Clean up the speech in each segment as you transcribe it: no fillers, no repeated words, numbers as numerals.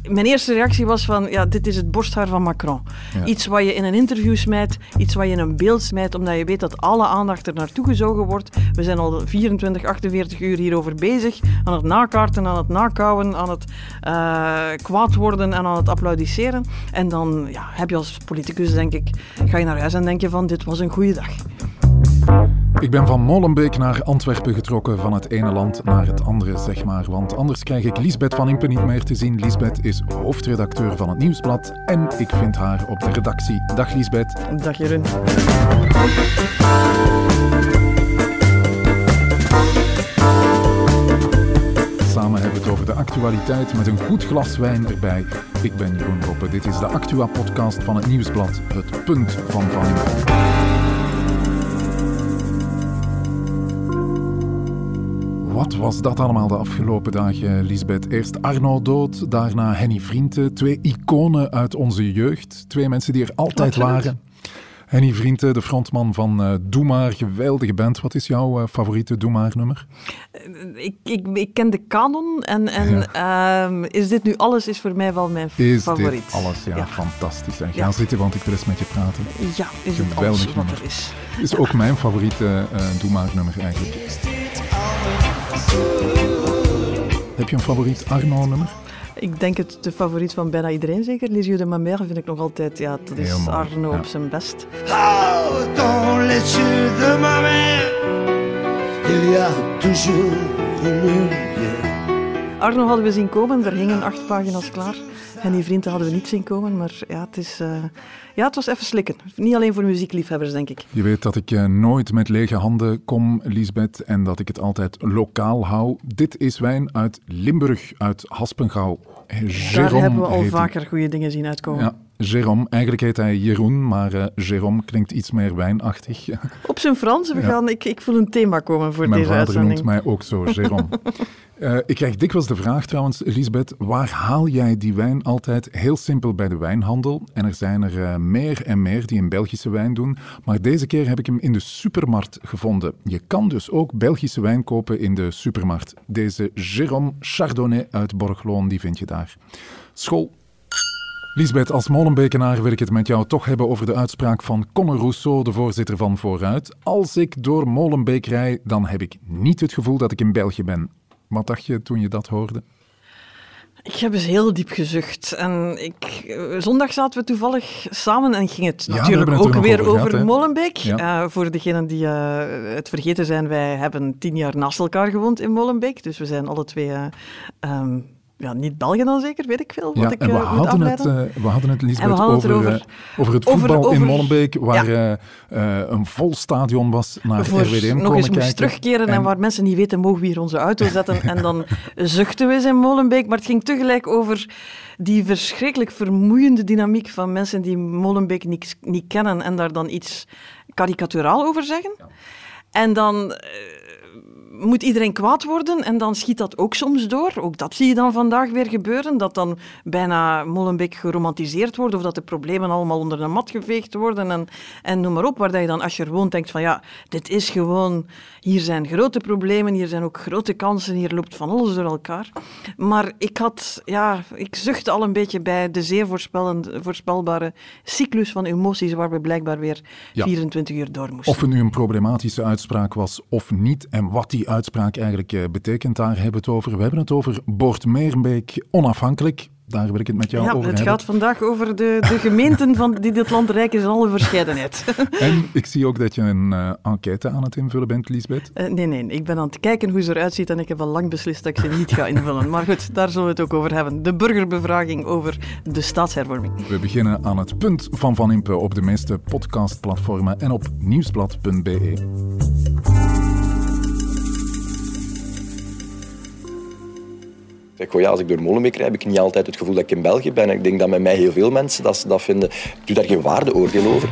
mijn eerste reactie was van, ja, dit is het borsthaar van Macron. Ja. Iets wat je in een interview smijt, iets wat je in een beeld smijt, omdat je weet dat alle aandacht er naartoe gezogen wordt. We zijn al 24, 48 uur hierover bezig, aan het nakaarten, aan het nakouwen, aan het kwaad worden en aan het applaudisseren. En dan heb je als politicus, denk ik, ga je naar huis en denk je van, dit was een goede dag. Ik ben van Molenbeek naar Antwerpen getrokken, van het ene land naar het andere, zeg maar. Want anders krijg ik Liesbeth van Impe niet meer te zien. Liesbeth is hoofdredacteur van het Nieuwsblad en ik vind haar op de redactie. Dag Liesbeth. Dag Jeroen. Samen hebben we het over de actualiteit met een goed glas wijn erbij. Ik ben Jeroen Roppe. Dit is de Actua-podcast van het Nieuwsblad. Het punt van Van Impe. Wat was dat allemaal de afgelopen dagen, Liesbeth? Eerst Arno dood, daarna Henny Vrienden. 2 iconen uit onze jeugd. 2 mensen die er altijd waren. Henny Vrienden, de frontman van Doe Maar, geweldige band. Wat is jouw favoriete Doe Maar nummer? Ik ken de kanon en Is dit nu alles is voor mij wel mijn favoriet. Is dit alles? Ja, fantastisch. En ga zitten, want ik wil eens met je praten. Ja, is het alles wat er is. Is ook mijn favoriete Doe Maar nummer eigenlijk. Heb je een favoriet Arno-nummer? Ik denk het de favoriet van bijna iedereen zeker. Les yeux de ma mère vind ik nog altijd, dat is Arno op zijn best. Oh, dans les yeux de ma mère, il y a toujours une lumière. Arno hadden we zien komen, er hingen 8 pagina's klaar. Henny Vrienden hadden we niet zien komen, maar het was even slikken. Niet alleen voor muziekliefhebbers, denk ik. Je weet dat ik nooit met lege handen kom, Liesbeth, en dat ik het altijd lokaal hou. Dit is wijn uit Limburg, uit Haspengouw. Daar hebben we al vaker goede dingen zien uitkomen. Ja, Jérôme. Eigenlijk heet hij Jeroen, maar Jérôme klinkt iets meer wijnachtig. Op zijn Frans. Ik voel een thema komen voor deze uitzending. Mijn vader noemt mij ook zo, Jérôme. Ik krijg dikwijls de vraag trouwens, Liesbeth, waar haal jij die wijn altijd? Heel simpel bij de wijnhandel. En er zijn er meer en meer die een Belgische wijn doen. Maar deze keer heb ik hem in de supermarkt gevonden. Je kan dus ook Belgische wijn kopen in de supermarkt. Deze Jérôme Chardonnay uit Borgloon, die vind je daar. School. Liesbeth, als Molenbekenaar wil ik het met jou toch hebben over de uitspraak van Conor Rousseau, de voorzitter van Vooruit. Als ik door Molenbeek rijd, dan heb ik niet het gevoel dat ik in België ben. Wat dacht je toen je dat hoorde? Ik heb eens heel diep gezucht. En zondag zaten we toevallig samen en ging het natuurlijk ook weer over Molenbeek. Ja. Voor degenen die het vergeten zijn, wij hebben 10 jaar naast elkaar gewoond in Molenbeek. Dus we zijn alle twee... niet Belgen dan zeker, weet ik veel. Wat ik we hadden het, Liesbeth, over het voetbal in Molenbeek, waar een vol stadion was naar RWDM komen kijken. Nog eens moest terugkeren en waar mensen niet weten, mogen we hier onze auto zetten. En dan zuchten we eens in Molenbeek. Maar het ging tegelijk over die verschrikkelijk vermoeiende dynamiek van mensen die Molenbeek niet kennen en daar dan iets karikaturaal over zeggen. Ja. En dan... moet iedereen kwaad worden en dan schiet dat ook soms door. Ook dat zie je dan vandaag weer gebeuren, dat dan bijna Molenbeek geromantiseerd wordt of dat de problemen allemaal onder de mat geveegd worden en noem maar op, waar je dan als je er woont denkt van dit is gewoon, hier zijn grote problemen, hier zijn ook grote kansen, hier loopt van alles door elkaar. Maar ik zuchtte al een beetje bij de zeer voorspelbare cyclus van emoties waar we blijkbaar weer 24 uur door moesten. Of het nu een problematische uitspraak was of niet en wat die uitspraak eigenlijk betekent, daar hebben we het over. We hebben het over Boort-Meerbeek onafhankelijk. Daar wil ik het met jou over hebben. Het gaat vandaag over de gemeenten die dit land rijk is in alle verscheidenheid. En ik zie ook dat je een enquête aan het invullen bent, Liesbeth. Nee. Ik ben aan het kijken hoe ze eruit ziet en ik heb al lang beslist dat ik ze niet ga invullen. Maar goed, daar zullen we het ook over hebben. De burgerbevraging over de staatshervorming. We beginnen aan het punt van Van Impe op de meeste podcastplatformen en op nieuwsblad.be. Als ik door Molenbeek rijd, heb ik niet altijd het gevoel dat ik in België ben. Ik denk dat met mij heel veel mensen dat vinden. Ik doe daar geen waardeoordeel over.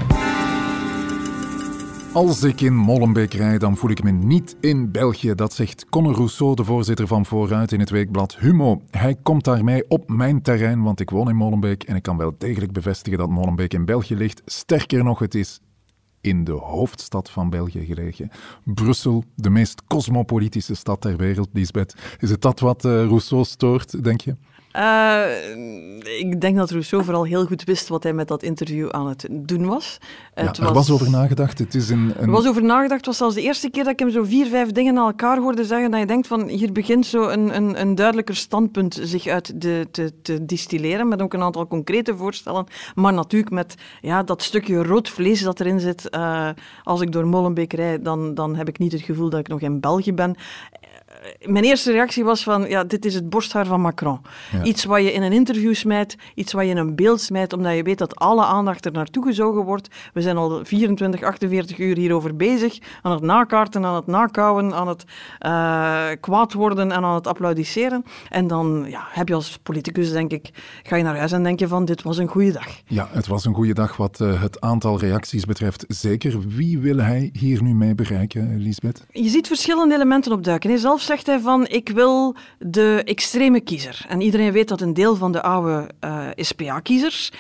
Als ik in Molenbeek rijd, dan voel ik me niet in België. Dat zegt Conor Rousseau, de voorzitter van Vooruit in het weekblad Humo. Hij komt daarmee op mijn terrein, want ik woon in Molenbeek en ik kan wel degelijk bevestigen dat Molenbeek in België ligt. Sterker nog, het is in de hoofdstad van België gelegen. Brussel, de meest cosmopolitische stad ter wereld, Liesbeth. Is het dat wat Rousseau stoort, denk je? Ik denk dat Rousseau vooral heel goed wist wat hij met dat interview aan het doen was. Er was over nagedacht. Het is Er was over nagedacht. Het was zelfs de eerste keer dat ik hem zo 4-5 dingen aan elkaar hoorde zeggen, dat je denkt van, hier begint zo een duidelijker standpunt zich uit te distilleren, met ook een aantal concrete voorstellen, maar natuurlijk met dat stukje rood vlees dat erin zit. Als ik door Molenbeek rijd, dan heb ik niet het gevoel dat ik nog in België ben. Mijn eerste reactie was van, dit is het borsthaar van Macron. Ja. Iets wat je in een interview smijt, iets wat je in een beeld smijt, omdat je weet dat alle aandacht er naartoe gezogen wordt. We zijn al 24, 48 uur hierover bezig, aan het nakaarten, aan het nakouwen, aan het kwaad worden en aan het applaudisseren. En dan heb je als politicus, denk ik, ga je naar huis en denk je van, dit was een goede dag. Ja, het was een goede dag wat het aantal reacties betreft. Zeker. Wie wil hij hier nu mee bereiken, Liesbeth? Je ziet verschillende elementen opduiken. Zelf zegt hij van, ik wil de extreme kiezer. En iedereen weet dat een deel van de oude SPA-kiezers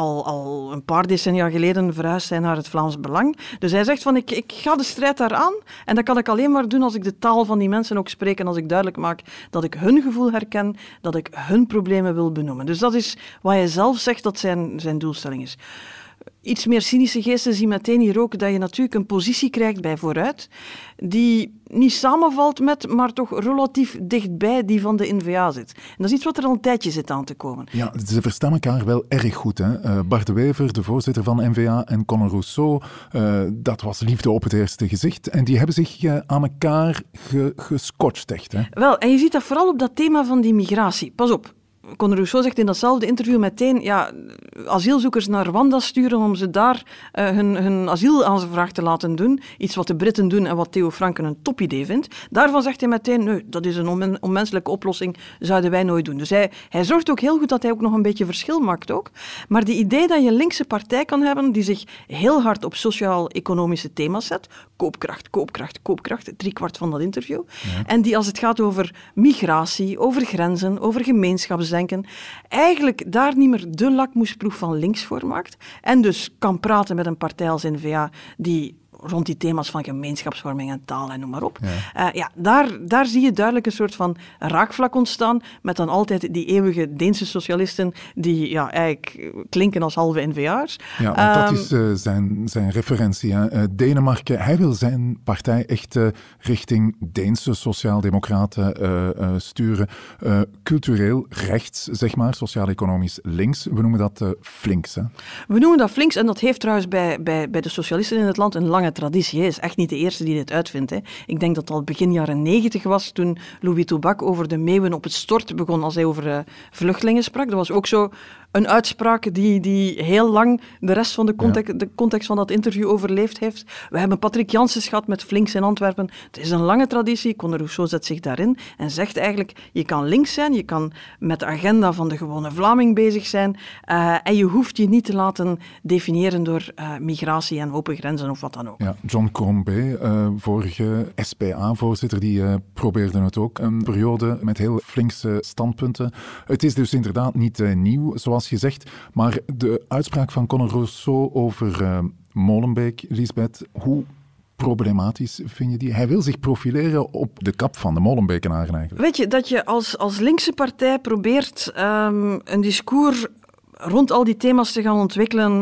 al een paar decennia geleden verhuisd zijn naar het Vlaams Belang. Dus hij zegt van, ik ga de strijd daar aan en dat kan ik alleen maar doen als ik de taal van die mensen ook spreek en als ik duidelijk maak dat ik hun gevoel herken, dat ik hun problemen wil benoemen. Dus dat is wat hij zelf zegt dat zijn doelstelling is. Iets meer cynische geesten zien meteen hier ook dat je natuurlijk een positie krijgt bij Vooruit die niet samenvalt met, maar toch relatief dichtbij die van de N-VA zit. En dat is iets wat er al een tijdje zit aan te komen. Ja, ze verstaan elkaar wel erg goed. Hè? Bart de Wever, de voorzitter van N-VA, en Conor Rousseau, dat was liefde op het eerste gezicht. En die hebben zich aan elkaar gescotcht, echt. Hè? Wel, en je ziet dat vooral op dat thema van die migratie. Pas op. Conor Rousseau zegt in datzelfde interview meteen asielzoekers naar Rwanda sturen om ze daar hun asielaanvraag te laten doen. Iets wat de Britten doen en wat Theo Franken een topidee vindt. Daarvan zegt hij meteen, nee, dat is een onmenselijke oplossing, zouden wij nooit doen. Dus hij zorgt ook heel goed dat hij ook nog een beetje verschil maakt ook. Maar die idee dat je een linkse partij kan hebben die zich heel hard op sociaal-economische thema's zet, koopkracht, koopkracht, koopkracht, 3/4 van dat interview. Ja. En die als het gaat over migratie, over grenzen, over gemeenschapsdenken, eigenlijk daar niet meer de lakmoesproef van links voor maakt. En dus kan praten met een partij als N-VA die rond die thema's van gemeenschapsvorming en taal en noem maar op. Ja. Daar zie je duidelijk een soort van raakvlak ontstaan met dan altijd die eeuwige Deense socialisten die eigenlijk klinken als halve N-VA'ers. Ja, want dat is zijn referentie. Hè. Denemarken, hij wil zijn partij echt richting Deense sociaaldemocraten sturen. Cultureel rechts, zeg maar, sociaal-economisch links. We noemen dat flinks. Hè. We noemen dat flinks en dat heeft trouwens bij de socialisten in het land een lange traditie. Hij is echt niet de eerste die dit uitvindt. Hè. Ik denk dat het al begin jaren 90 was toen Louis Toubac over de meeuwen op het stort begon als hij over vluchtelingen sprak. Dat was ook zo een uitspraak die heel lang de rest van de context van dat interview overleefd heeft. We hebben Patrick Janssens gehad met Flinks in Antwerpen. Het is een lange traditie. Conor Rousseau zet zich daarin en zegt eigenlijk, je kan links zijn, je kan met de agenda van de gewone Vlaming bezig zijn en je hoeft je niet te laten definiëren door migratie en open grenzen of wat dan ook. Ja, John Crombie, vorige SPA-voorzitter, die probeerde het ook. Een periode met heel flinkse standpunten. Het is dus inderdaad niet nieuw, zoals je zegt, maar de uitspraak van Conor Rousseau over Molenbeek, Liesbeth, hoe problematisch vind je die? Hij wil zich profileren op de kap van de Molenbekenaren eigenlijk. Weet je, dat je als linkse partij probeert een discours rond al die thema's te gaan ontwikkelen,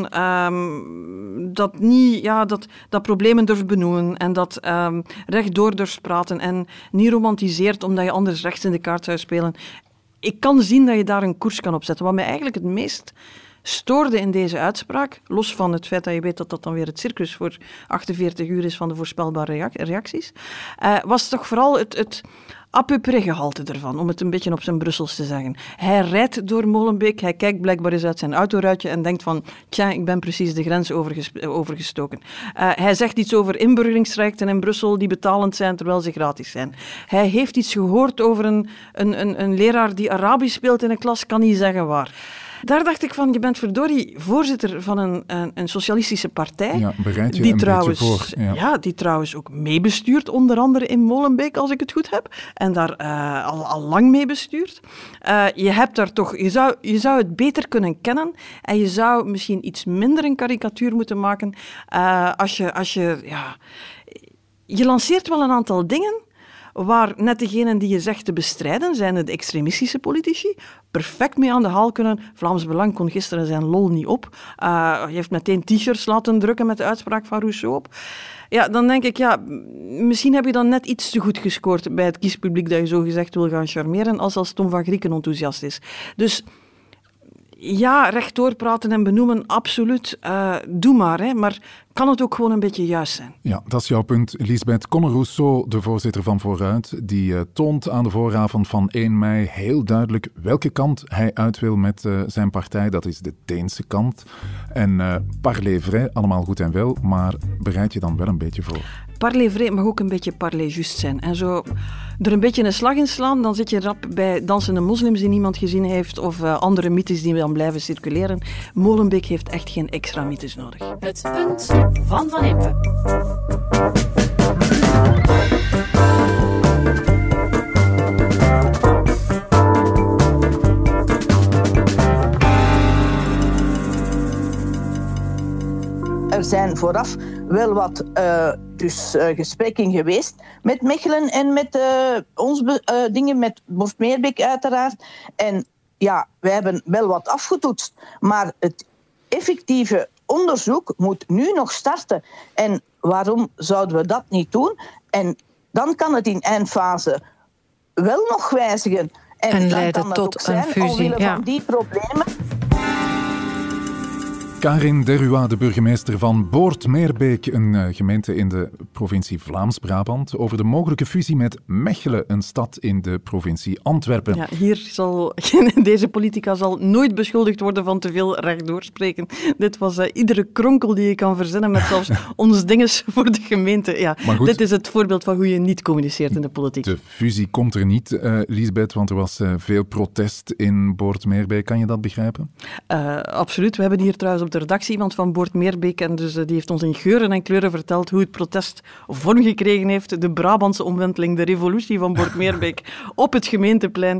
dat problemen durft benoemen en dat rechtdoor durft praten en niet romantiseert omdat je anders rechts in de kaart zou spelen. Ik kan zien dat je daar een koers kan opzetten. Wat mij eigenlijk het meest stoorde in deze uitspraak, los van het feit dat je weet dat dat dan weer het circus voor 48 uur is van de voorspelbare reacties, was toch vooral het à peu près gehalte ervan, om het een beetje op zijn Brussels te zeggen. Hij rijdt door Molenbeek, hij kijkt blijkbaar eens uit zijn autoruitje en denkt van, tja, ik ben precies de grens overgestoken. Hij zegt iets over inburgeringstrajecten in Brussel die betalend zijn terwijl ze gratis zijn. Hij heeft iets gehoord over een leraar die Arabisch speelt in een klas, kan niet zeggen waar. Daar dacht ik van, je bent verdorie voorzitter van een socialistische partij. Ja, bereid je die een beetje voor. Ja, die trouwens ook meebestuurt, onder andere in Molenbeek, als ik het goed heb. En daar al lang meebestuurt. Je hebt daar toch, je zou het beter kunnen kennen. En je zou misschien iets minder een karikatuur moeten maken. Je lanceert wel een aantal dingen waar net degenen die je zegt te bestrijden, zijn de extremistische politici, perfect mee aan de haal kunnen. Vlaams Belang kon gisteren zijn lol niet op. Hij heeft meteen t-shirts laten drukken met de uitspraak van Rousseau op. Ja, dan denk ik, misschien heb je dan net iets te goed gescoord bij het kiespubliek dat je zogezegd wil gaan charmeren, als Tom van Grieken enthousiast is. Dus ja, rechtdoor praten en benoemen, absoluut. Doe maar, hè. Maar kan het ook gewoon een beetje juist zijn? Ja, dat is jouw punt. Lisbeth Conor Rousseau, de voorzitter van Vooruit, die toont aan de vooravond van 1 mei heel duidelijk welke kant hij uit wil met zijn partij. Dat is de Deense kant. En parlez vrai, allemaal goed en wel, maar bereid je dan wel een beetje voor. Parlez vrai mag ook een beetje parlez juste zijn. En zo er een beetje een slag in slaan, dan zit je rap bij dansende moslims die niemand gezien heeft of andere mythes die dan blijven circuleren. Molenbeek heeft echt geen extra mythes nodig. Het punt van Van Impe. Er zijn vooraf wel wat gesprekken geweest met Mechelen en met dingen met Borst-Meerbeek uiteraard. En ja, wij hebben wel wat afgetoetst, maar het effectieve onderzoek moet nu nog starten. En waarom zouden we dat niet doen? En dan kan het in eindfase wel nog wijzigen. En leiden tot een fusie. Van die problemen. Karin Derua, de burgemeester van Boort-Meerbeek, een gemeente in de provincie Vlaams-Brabant, over de mogelijke fusie met Mechelen, een stad in de provincie Antwerpen. Ja, deze politica zal nooit beschuldigd worden van te veel rechtdoor spreken. Dit was iedere kronkel die je kan verzinnen met zelfs ons dinges voor de gemeente. Ja, goed, dit is het voorbeeld van hoe je niet communiceert in de politiek. De fusie komt er niet, Lisbeth, want er was veel protest in Boort-Meerbeek. Kan je dat begrijpen? Absoluut. We hebben hier trouwens op de redactie iemand van Boort-Meerbeek en dus die heeft ons in geuren en kleuren verteld hoe het protest vorm gekregen heeft. De Brabantse omwenteling, de revolutie van Boort-Meerbeek op het gemeenteplein.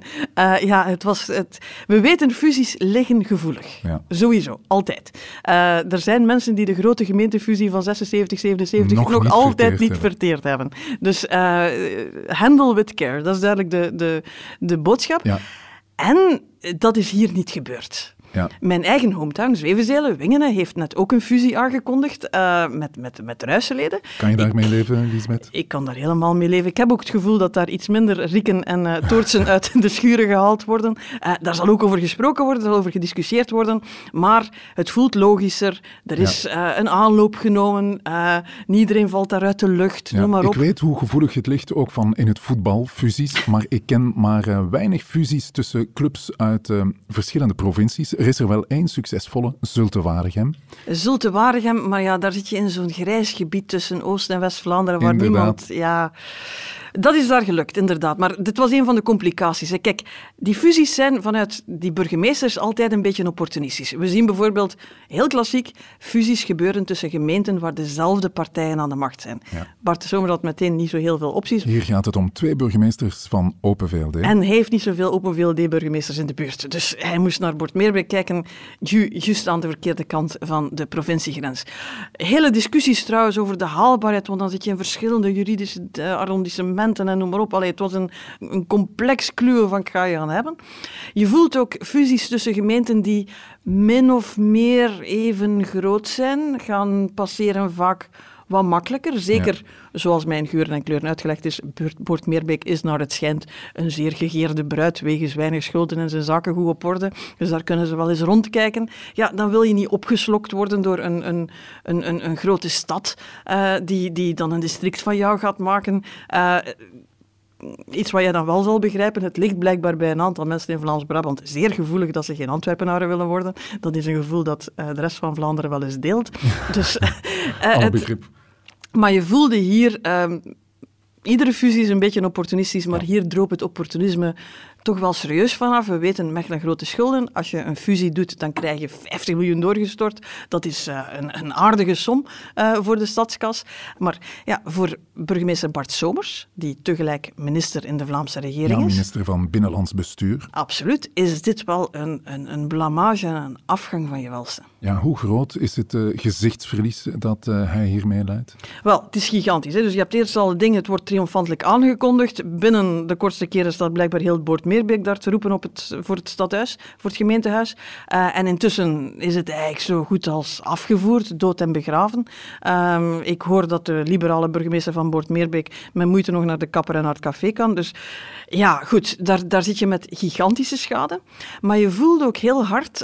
We weten, fusies liggen gevoelig. Ja. Sowieso, altijd. Er zijn mensen die de grote gemeentefusie van 76, 77 nog altijd niet verteerd hebben. Dus handle with care, dat is duidelijk de boodschap. Ja. En dat is hier niet gebeurd. Ja. Mijn eigen hometown, Zwevenzelen, Wingenen, heeft net ook een fusie aangekondigd met Ruisseleden. Kan je daarmee leven, Lisbeth? Ik kan daar helemaal mee leven. Ik heb ook het gevoel dat daar iets minder rieken en toortsen uit de schuren gehaald worden. Daar zal ook over gesproken worden, er zal over gediscussieerd worden, maar het voelt logischer. Er is een aanloop genomen, niet iedereen valt daar uit de lucht, noem maar op. Ik weet hoe gevoelig het ligt, ook van in het voetbal, fusies, maar ik ken maar weinig fusies tussen clubs uit verschillende provincies. Er is er wel één succesvolle, Zulte-Waregem. Zulte-Waregem, maar ja, daar zit je in zo'n grijs gebied tussen Oost- en West-Vlaanderen, waar niemand... Ja, dat is daar gelukt, inderdaad. Maar dit was een van de complicaties. Kijk, die fusies zijn vanuit die burgemeesters altijd een beetje opportunistisch. We zien bijvoorbeeld, heel klassiek, fusies gebeuren tussen gemeenten waar dezelfde partijen aan de macht zijn. Ja. Bart de Zomer had meteen niet zo heel veel opties. Hier gaat het om 2 burgemeesters van Open VLD. En hij heeft niet zoveel Open VLD-burgemeesters in de buurt. Dus hij moest naar Boort-Meerbeek kijken, juist aan de verkeerde kant van de provinciegrens. Hele discussies trouwens over de haalbaarheid, want dan zit je in verschillende juridische arrondissementen en noem maar op. Allee, het was een complex kluwen van ga je gaan hebben. Je voelt ook fusies tussen gemeenten die min of meer even groot zijn, gaan passeren vaak wat makkelijker. Zeker zoals mijn geuren en kleuren uitgelegd is, Boort-Meerbeek is naar het schijnt een zeer gegeerde bruid, wegens weinig schulden en zijn zaken goed op orde. Dus daar kunnen ze wel eens rondkijken. Ja, dan wil je niet opgeslokt worden door een grote stad die dan een district van jou gaat maken. Iets wat je dan wel zal begrijpen, het ligt blijkbaar bij een aantal mensen in Vlaams-Brabant zeer gevoelig dat ze geen Antwerpenaren willen worden. Dat is een gevoel dat de rest van Vlaanderen wel eens deelt. Dus, alle begrip. Maar je voelde hier... iedere fusie is een beetje opportunistisch, maar hier droop het opportunisme toch wel serieus vanaf. We weten, Mechelen grote schulden. Als je een fusie doet, dan krijg je 50 miljoen doorgestort. Dat is een aardige som voor de stadskas. Maar ja, voor burgemeester Bart Somers, die tegelijk minister in de Vlaamse regering is. Minister van Binnenlands Bestuur. Absoluut, is dit wel een blamage en een afgang van je welste. Ja, hoe groot is het gezichtsverlies dat hij hiermee leidt? Wel, het is gigantisch. Hè? Dus je hebt eerst al het ding, het wordt triomfantelijk aangekondigd. Binnen de kortste keren staat blijkbaar heel Boortmeerbeek daar te roepen voor het stadhuis, voor het gemeentehuis. En intussen is het eigenlijk zo goed als afgevoerd, dood en begraven. Ik hoor dat de liberale burgemeester van Boortmeerbeek met moeite nog naar de kapper en naar het café kan. Dus ja, goed, daar zit je met gigantische schade. Maar je voelt ook heel hard...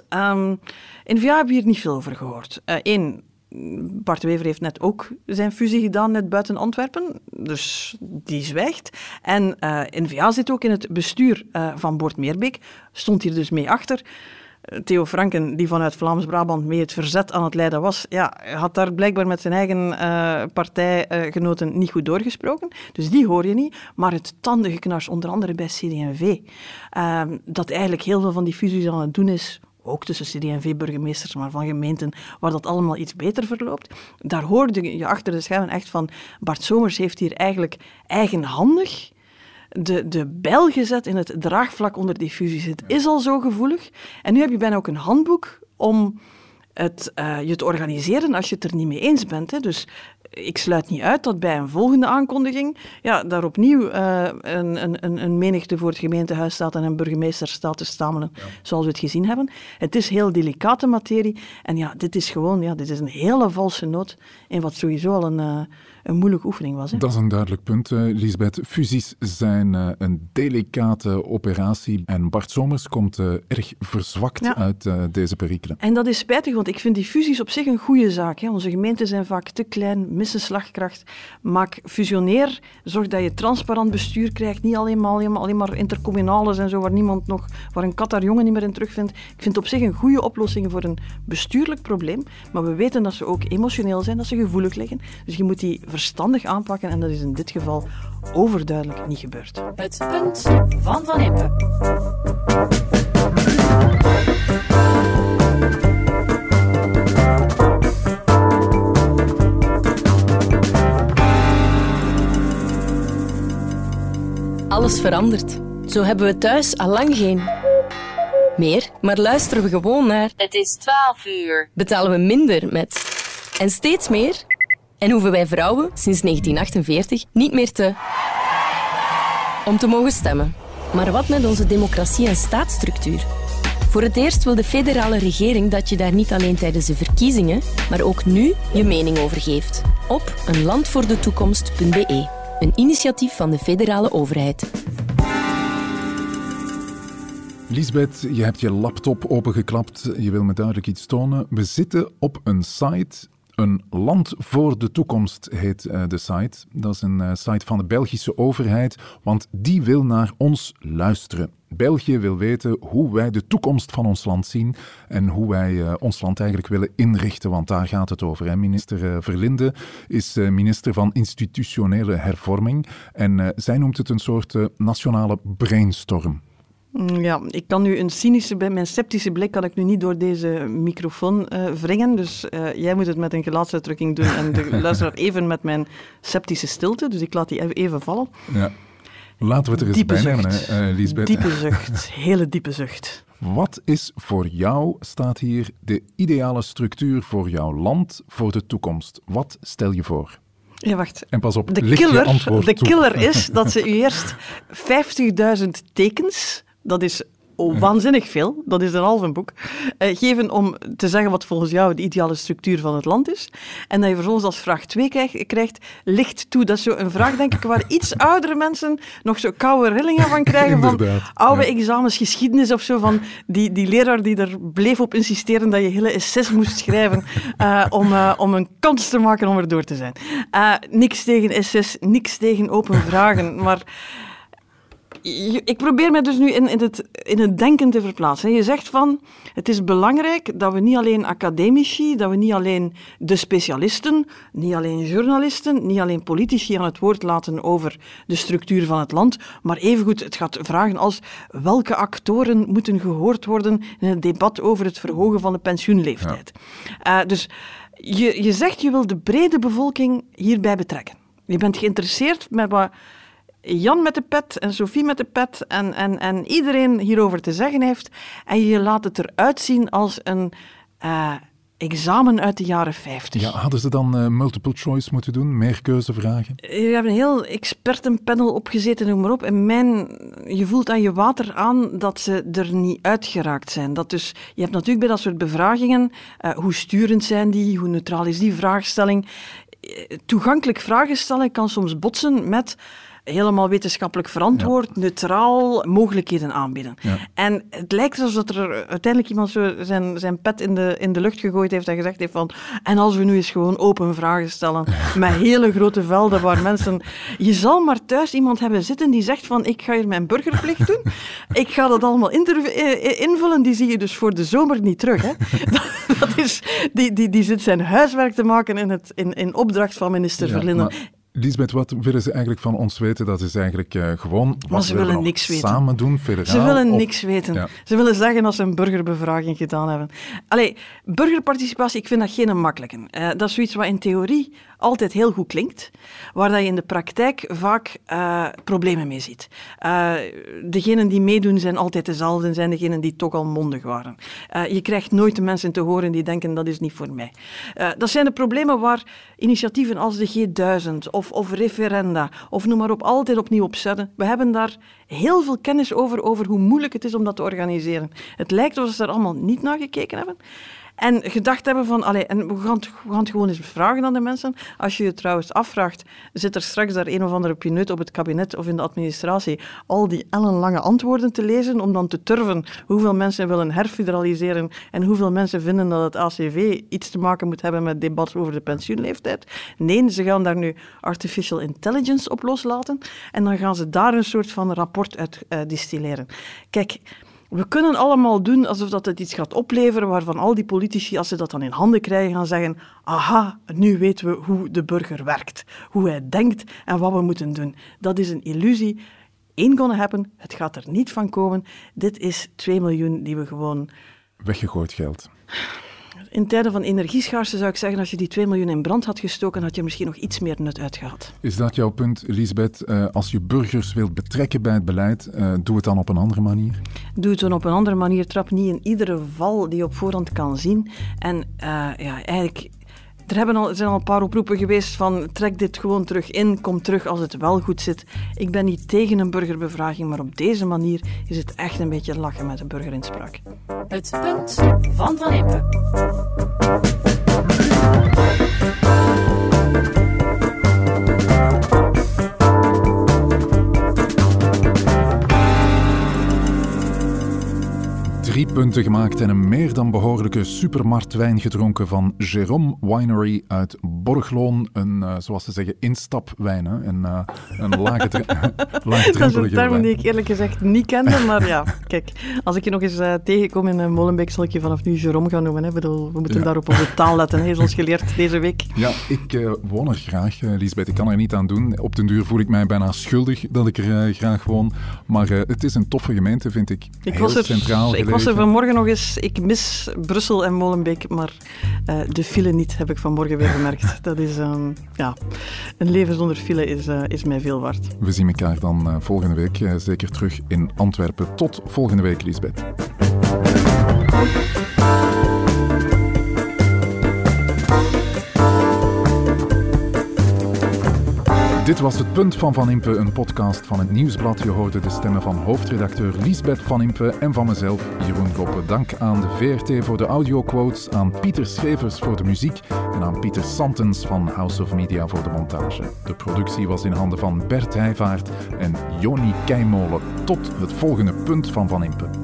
N-VA hebben we hier niet veel over gehoord. Bart de Wever heeft net ook zijn fusie gedaan, net buiten Antwerpen. Dus die zwijgt. En N-VA zit ook in het bestuur van Boortmeerbeek. Stond hier dus mee achter. Theo Franken, die vanuit Vlaams-Brabant mee het verzet aan het leiden was, ja, had daar blijkbaar met zijn eigen partijgenoten niet goed doorgesproken. Dus die hoor je niet. Maar het tandengeknars, onder andere bij CD&V, dat eigenlijk heel veel van die fusies aan het doen is, ook tussen CD&V-burgemeesters, maar van gemeenten waar dat allemaal iets beter verloopt. Daar hoorde je achter de schermen echt van, Bart Somers heeft hier eigenlijk eigenhandig de bijl gezet in het draagvlak onder die fusies. Het is al zo gevoelig. En nu heb je bijna ook een handboek om je te organiseren als je het er niet mee eens bent. Hè. Dus ik sluit niet uit dat bij een volgende aankondiging daar opnieuw een menigte voor het gemeentehuis staat en een burgemeester staat te stamelen, zoals we het gezien hebben. Het is heel delicate materie en dit is een hele valse noot in wat sowieso al een moeilijke oefening was. Hè. Dat is een duidelijk punt, Lisbeth. Fusies zijn een delicate operatie en Bart Somers komt erg verzwakt uit deze perikelen. En dat is spijtig, want ik vind die fusies op zich een goede zaak. Hè. Onze gemeenten zijn vaak te klein, missen slagkracht. Fusioneer, zorg dat je transparant bestuur krijgt, niet alleen maar intercommunales en zo, waar een kat haar jongen niet meer in terugvindt. Ik vind het op zich een goede oplossing voor een bestuurlijk probleem, maar we weten dat ze ook emotioneel zijn, dat ze gevoelig liggen. Dus je moet die verstandig aanpakken en dat is in dit geval overduidelijk niet gebeurd. Het punt van Van Impe. Alles verandert. Zo hebben we thuis al lang geen meer, maar luisteren we gewoon naar... Het is 12 uur. Betalen we minder met... En steeds meer... En hoeven wij vrouwen sinds 1948 niet meer om te mogen stemmen. Maar wat met onze democratie en staatsstructuur? Voor het eerst wil de federale regering dat je daar niet alleen tijdens de verkiezingen, maar ook nu je mening over geeft. Op eenlandvoordetoekomst.be, een initiatief van de federale overheid. Lisbeth, je hebt je laptop opengeklapt. Je wil me duidelijk iets tonen. We zitten op een site... Een land voor de toekomst heet de site. Dat is een site van de Belgische overheid, want die wil naar ons luisteren. België wil weten hoe wij de toekomst van ons land zien en hoe wij ons land eigenlijk willen inrichten, want daar gaat het over. Hè? Minister Verlinde is minister van institutionele hervorming en zij noemt het een soort nationale brainstorm. Ja, ik kan nu mijn sceptische blik kan ik nu niet door deze microfoon wringen. Dus jij moet het met een gelaatsuitdrukking doen en de luisteraar even met mijn sceptische stilte. Dus ik laat die even vallen. Ja. Laten we het er eens bij nemen, Lisbeth. Diepe zucht, hele diepe zucht. Wat is voor jou, staat hier, de ideale structuur voor jouw land voor de toekomst? Wat stel je voor? Ja, wacht. En pas op, licht je antwoord toe. De killer is dat ze u eerst 50.000 tekens... Dat is waanzinnig veel, dat is een halve boek, geven om te zeggen wat volgens jou de ideale structuur van het land is. En dat je vervolgens als vraag 2 krijgt, licht toe. Dat is zo een vraag, denk ik, waar iets oudere mensen nog zo koude rillingen van krijgen, van oude examens geschiedenis of zo, van die leraar die er bleef op insisteren dat je hele essays moest schrijven om een kans te maken om er door te zijn. Niks tegen essays, niks tegen open vragen, maar... ik probeer me dus nu in het denken te verplaatsen. Je zegt van, het is belangrijk dat we niet alleen academici, dat we niet alleen de specialisten, niet alleen journalisten, niet alleen politici aan het woord laten over de structuur van het land, maar evengoed, het gaat vragen als welke actoren moeten gehoord worden in het debat over het verhogen van de pensioenleeftijd. Ja. Dus je zegt, je wil de brede bevolking hierbij betrekken. Je bent geïnteresseerd met wat Jan met de pet en Sophie met de pet en iedereen hierover te zeggen heeft. En je laat het eruit zien als een examen uit de jaren 50. Ja, hadden ze dan multiple choice moeten doen? Meer keuzevragen? Je hebt een heel expertenpanel opgezeten, noem maar op. En je voelt aan je water aan dat ze er niet uitgeraakt zijn. Dat dus, je hebt natuurlijk bij dat soort bevragingen, hoe sturend zijn die, hoe neutraal is die vraagstelling. Toegankelijk vragen stellen kan soms botsen met helemaal wetenschappelijk verantwoord, neutraal, mogelijkheden aanbieden. Ja. En het lijkt alsof er uiteindelijk iemand zo zijn pet in de lucht gegooid heeft en gezegd heeft van, en als we nu eens gewoon open vragen stellen, met hele grote velden waar mensen... Je zal maar thuis iemand hebben zitten die zegt van, ik ga hier mijn burgerplicht doen, ik ga dat allemaal invullen, die zie je dus voor de zomer niet terug. Hè? Dat is, die zit zijn huiswerk te maken in opdracht van minister Verlinden. Lisbeth, wat willen ze eigenlijk van ons weten? Dat is eigenlijk gewoon wat ze willen niks weten. Samen doen, federaal. Ze willen niks weten. Ja. Ze willen zeggen als ze een burgerbevraging gedaan hebben. Allee, burgerparticipatie, ik vind dat geen makkelijke. Dat is zoiets wat in theorie altijd heel goed klinkt, waar dat je in de praktijk vaak problemen mee ziet. Degenen die meedoen zijn altijd dezelfde, zijn degenen die toch al mondig waren. Je krijgt nooit de mensen te horen die denken dat is niet voor mij. Dat zijn de problemen waar initiatieven als de G1000 of referenda, of noem maar op, altijd opnieuw opzetten. We hebben daar heel veel kennis over hoe moeilijk het is om dat te organiseren. Het lijkt alsof ze er allemaal niet naar gekeken hebben. En gedacht hebben van, en we gaan het gewoon eens vragen aan de mensen. Als je je trouwens afvraagt, zit er straks daar een of andere pineut op het kabinet of in de administratie al die ellenlange antwoorden te lezen om dan te turven hoeveel mensen willen herfederaliseren en hoeveel mensen vinden dat het ACV iets te maken moet hebben met het debat over de pensioenleeftijd. Nee, ze gaan daar nu artificial intelligence op loslaten en dan gaan ze daar een soort van rapport uit distilleren. Kijk, we kunnen allemaal doen alsof dat het iets gaat opleveren waarvan al die politici, als ze dat dan in handen krijgen, gaan zeggen, aha, nu weten we hoe de burger werkt, hoe hij denkt en wat we moeten doen. Dat is een illusie. Ain't gonna happen. Het gaat er niet van komen. Dit is 2 miljoen die we gewoon... Weggegooid geld. In tijden van energieschaarste zou ik zeggen, als je die 2 miljoen in brand had gestoken, had je misschien nog iets meer nut uitgehaald. Is dat jouw punt, Lisbeth? Als je burgers wilt betrekken bij het beleid, doe het dan op een andere manier? Doe het dan op een andere manier. Trap niet in iedere val die je op voorhand kan zien. En eigenlijk... Er zijn al een paar oproepen geweest van trek dit gewoon terug in, kom terug als het wel goed zit. Ik ben niet tegen een burgerbevraging, maar op deze manier is het echt een beetje lachen met de burgerinspraak. Het punt van Van Impe. Drie punten gemaakt en een meer dan behoorlijke supermarktwijn gedronken van Jérôme Winery uit Borgloon. Een, zoals ze zeggen, instapwijn. Hè? Een laagdrempelige wijn. Dat is een term die ik eerlijk gezegd niet kende, maar ja, kijk, als ik je nog eens tegenkom in Molenbeek, zal ik je vanaf nu Jérôme gaan noemen. Hè? Bedoel, we moeten daar op onze taal letten, hè? Zoals geleerd deze week. Ja, ik woon er graag, Lisbeth. Ik kan er niet aan doen. Op den duur voel ik mij bijna schuldig dat ik er graag woon. Maar het is een toffe gemeente, vind ik. Heel centraal gelegen. Ik was er vanmorgen nog eens. Ik mis Brussel en Molenbeek, maar de file niet, heb ik vanmorgen weer gemerkt. Dat is, een leven zonder file is mij veel waard. We zien elkaar dan volgende week zeker terug in Antwerpen. Tot volgende week, Lisbeth. Dit was Het Punt van Van Impe, een podcast van het Nieuwsblad. Je hoorde de stemmen van hoofdredacteur Lisbeth Van Impe en van mezelf, Jeroen Goppe. Dank aan de VRT voor de audioquotes, aan Pieter Schevers voor de muziek en aan Pieter Santens van House of Media voor de montage. De productie was in handen van Bert Heijvaart en Joni Keimolen. Tot het volgende Punt van Van Impe.